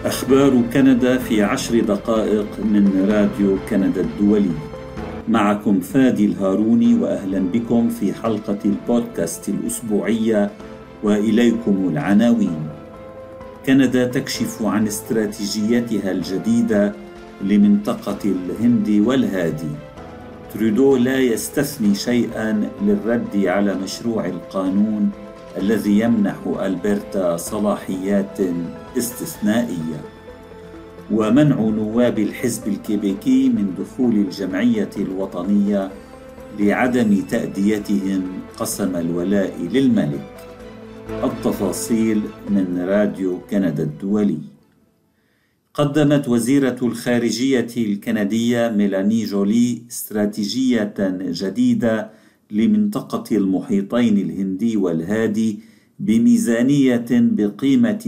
أخبار كندا في 10 دقائق من راديو كندا الدولي. معكم فادي الهاروني، وأهلا بكم في حلقة البودكاست الأسبوعية، وإليكم العناوين. كندا تكشف عن استراتيجيتها الجديدة لمنطقة الهند والهادي. ترودو لا يستثني شيئا للرد على مشروع القانون الذي يمنح ألبرتا صلاحيات استثنائية. ومنع نواب الحزب الكيبيكي من دخول الجمعية الوطنية لعدم تأديتهم قسم الولاء للملك. التفاصيل من راديو كندا الدولي. قدمت وزيرة الخارجية الكندية ميلاني جولي استراتيجية جديدة لمنطقة المحيطين الهندي والهادي بميزانية بقيمة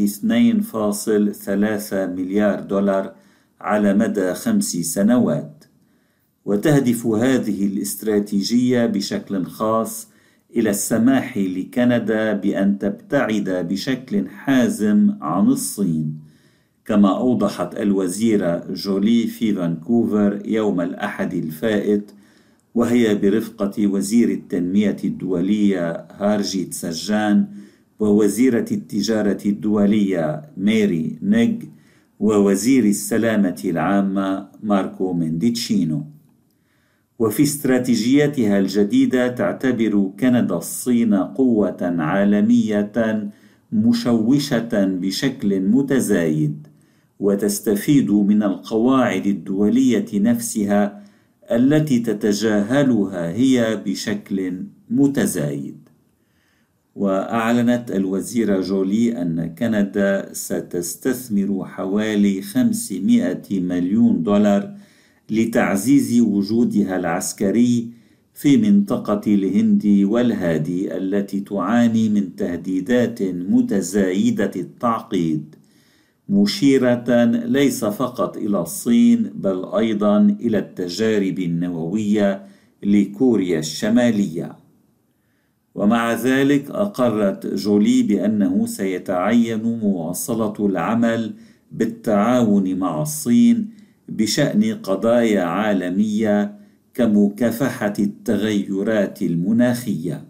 2.3 مليار دولار على مدى 5 سنوات. وتهدف هذه الاستراتيجية بشكل خاص إلى السماح لكندا بأن تبتعد بشكل حازم عن الصين، كما أوضحت الوزيرة جولي في فانكوفر يوم الأحد الفائت، وهي برفقة وزير التنمية الدولية هارجيت سجان، ووزيرة التجارة الدولية ميري نيغ، ووزير السلامة العامة ماركو منديتشينو. وفي استراتيجيتها الجديدة تعتبر كندا الصين قوة عالمية مشوشة بشكل متزايد، وتستفيد من القواعد الدولية نفسها التي تتجاهلها هي بشكل متزايد. وأعلنت الوزيرة جولي أن كندا ستستثمر حوالي 500 مليون دولار لتعزيز وجودها العسكري في منطقة الهند والهادي التي تعاني من تهديدات متزايدة التعقيد، مشيرة ليس فقط إلى الصين بل أيضا إلى التجارب النووية لكوريا الشمالية. ومع ذلك أقرت جولي بأنه سيتعين مواصلة العمل بالتعاون مع الصين بشأن قضايا عالمية كمكافحة التغيرات المناخية.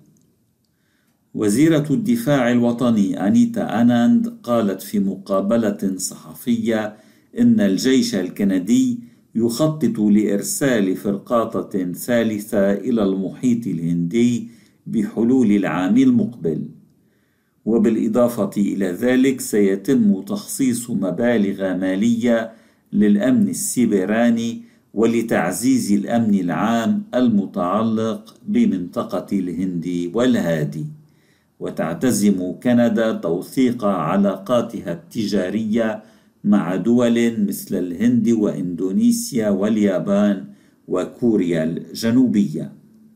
وزيرة الدفاع الوطني أنيتا آناند قالت في مقابلة صحفية إن الجيش الكندي يخطط لإرسال فرقاطة ثالثة إلى المحيط الهندي بحلول العام المقبل. وبالإضافة إلى ذلك سيتم تخصيص مبالغ مالية للأمن السيبراني ولتعزيز الأمن العام المتعلق بمنطقة الهند والهادي. وتعتزم كندا توثيق علاقاتها التجارية مع دول مثل الهند وإندونيسيا واليابان وكوريا الجنوبية.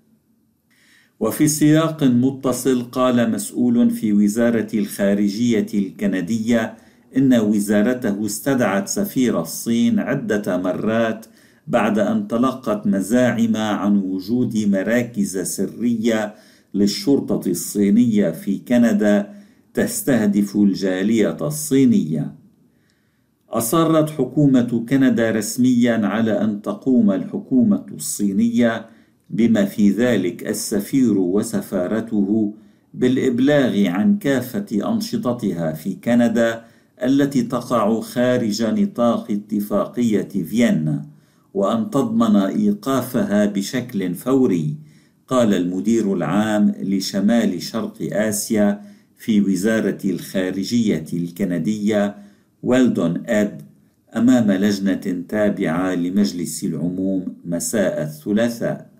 وفي سياق متصل قال مسؤول في وزارة الخارجية الكندية إن وزارته استدعت سفير الصين عدة مرات بعد أن تلقت مزاعم عن وجود مراكز سرية للشرطة الصينية في كندا تستهدف الجالية الصينية. أصرت حكومة كندا رسميا على أن تقوم الحكومة الصينية بما في ذلك السفير وسفارته بالإبلاغ عن كافة أنشطتها في كندا التي تقع خارج نطاق اتفاقية فيينا، وأن تضمن إيقافها بشكل فوري، قال المدير العام لشمال شرق آسيا في وزارة الخارجية الكندية ويلدون إد أمام لجنة تابعة لمجلس العموم مساء الثلاثاء.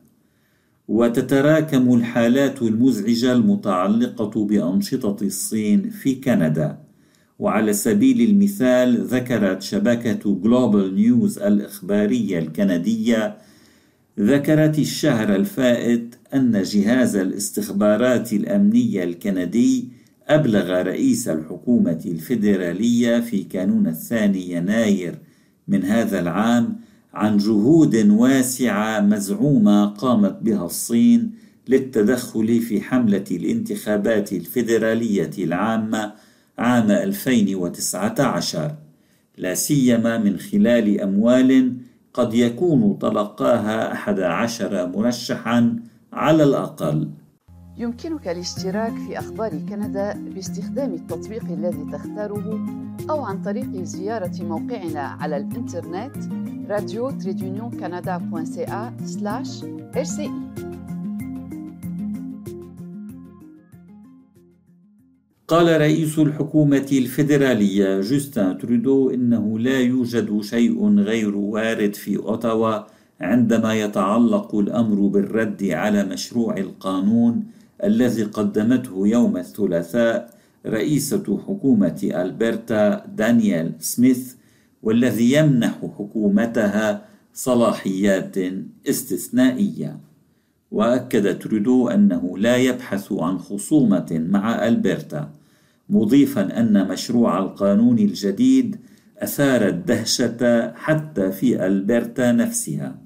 وتتراكم الحالات المزعجة المتعلقة بأنشطة الصين في كندا. وعلى سبيل المثال ذكرت شبكة جلوبال نيوز الإخبارية الكندية ذكرت الشهر الفائت أن جهاز الاستخبارات الأمنية الكندي أبلغ رئيس الحكومة الفيدرالية في كانون 2 يناير من هذا العام عن جهود واسعة مزعومة قامت بها الصين للتدخل في حملة الانتخابات الفيدرالية العامة عام 2019، لا سيما من خلال أموال قد يكون تلقاها 11 مرشحا على الأقل. يمكنك الاشتراك في أخبار كندا باستخدام التطبيق الذي تختاره أو عن طريق زيارة موقعنا على الإنترنت radio-canada.ca/RCI. قال رئيس الحكومة الفيدرالية جوستن ترودو إنه لا يوجد شيء غير وارد في أوتاوا عندما يتعلق الأمر بالرد على مشروع القانون الذي قدمته يوم الثلاثاء رئيسة حكومة ألبرتا دانيال سميث، والذي يمنح حكومتها صلاحيات استثنائية. وأكد ترودو أنه لا يبحث عن خصومة مع ألبرتا، مضيفا أن مشروع القانون الجديد أثار الدهشة حتى في ألبرتا نفسها.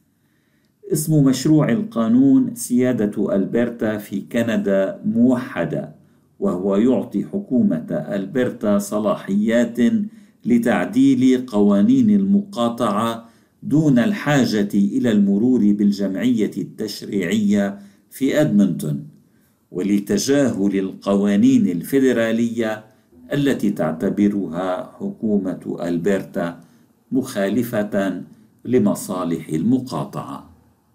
اسم مشروع القانون سيادة ألبرتا في كندا موحدة، وهو يعطي حكومة ألبرتا صلاحيات لتعديل قوانين المقاطعة دون الحاجة إلى المرور بالجمعية التشريعية في أدمنتون، ولتجاهل القوانين الفيدرالية التي تعتبرها حكومة ألبرتا مخالفة لمصالح المقاطعة.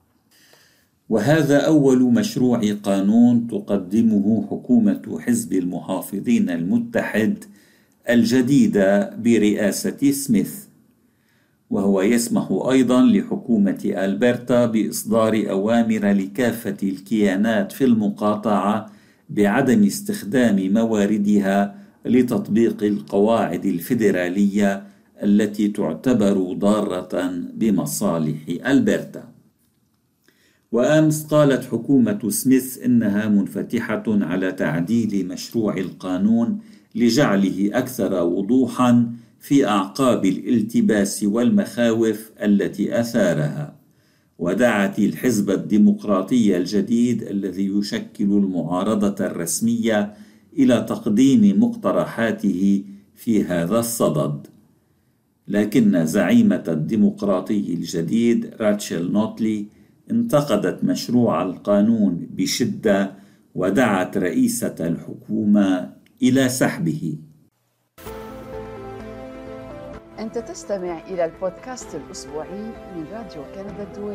وهذا أول مشروع قانون تقدمه حكومة حزب المحافظين المتحد الجديدة برئاسة سميث، وهو يسمح أيضا لحكومة ألبرتا بإصدار أوامر لكافة الكيانات في المقاطعة بعدم استخدام مواردها لتطبيق القواعد الفيدرالية التي تعتبر ضارة بمصالح ألبرتا. وأمس قالت حكومة سميث إنها منفتحة على تعديل مشروع القانون لجعله أكثر وضوحا في أعقاب الالتباس والمخاوف التي أثارها، ودعت الحزب الديمقراطي الجديد الذي يشكل المعارضة الرسمية إلى تقديم مقترحاته في هذا الصدد. لكن زعيمة الديمقراطي الجديد راتشل نوتلي انتقدت مشروع القانون بشدة ودعت رئيسة الحكومة إلى سحبه. أنت تستمع إلى البودكاست الأسبوعي من راديو كندا الدولي.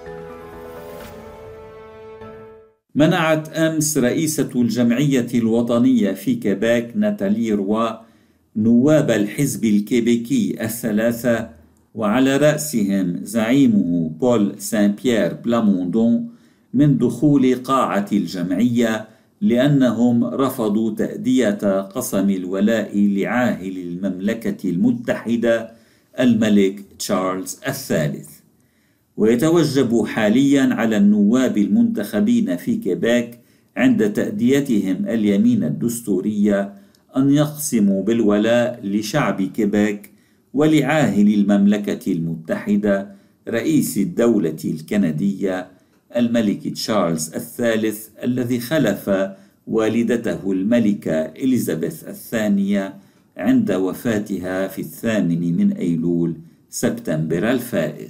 منعت أمس رئيسة الجمعية الوطنية في كيباك ناتالي روا نواب الحزب الكيبيكي الثلاثة، وعلى رأسهم زعيمه بول سان بيير بلاموندون، من دخول قاعة الجمعية لأنهم رفضوا تأدية قسم الولاء لعاهل المملكة المتحدة الملك تشارلز الثالث. ويتوجب حاليا على النواب المنتخبين في كيباك عند تأديتهم اليمين الدستورية أن يقسموا بالولاء لشعب كيباك ولعاهل المملكة المتحدة رئيس الدولة الكندية الملك تشارلز الثالث، الذي خلف والدته الملكة إليزابيث الثانية عند وفاتها في 8 أيلول سبتمبر الفائت.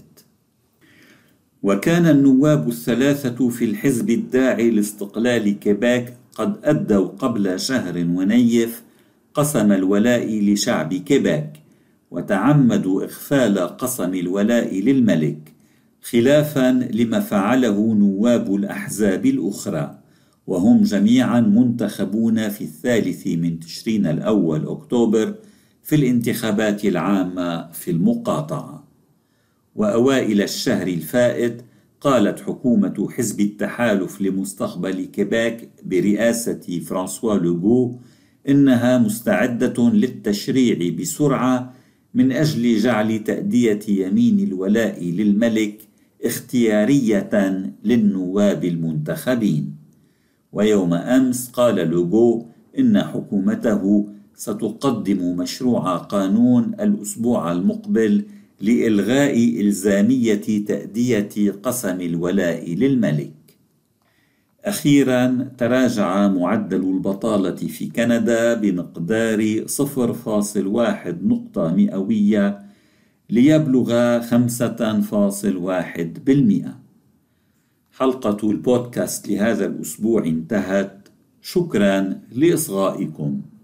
وكان النواب الثلاثة في الحزب الداعي لاستقلال كيباك قد أدوا قبل شهر ونيف قسم الولاء لشعب كيباك، وتعمدوا إغفال قسم الولاء للملك، خلافا لما فعله نواب الأحزاب الأخرى، وهم جميعا منتخبون في 3 تشرين الأول أكتوبر في الانتخابات العامة في المقاطعة. وأوائل الشهر الفائت قالت حكومة حزب التحالف لمستقبل كيباك برئاسة فرانسوا لوغو إنها مستعدة للتشريع بسرعة من أجل جعل تأدية يمين الولاء للملك اختيارية للنواب المنتخبين. ويوم أمس قال لوغو إن حكومته ستقدم مشروع قانون الأسبوع المقبل لإلغاء إلزامية تأدية قسم الولاء للملك. أخيرا تراجع معدل البطالة في كندا بمقدار 0.1 نقطة مئوية ليبلغ 5.1%. حلقة البودكاست لهذا الأسبوع انتهت. شكرا لإصغائكم.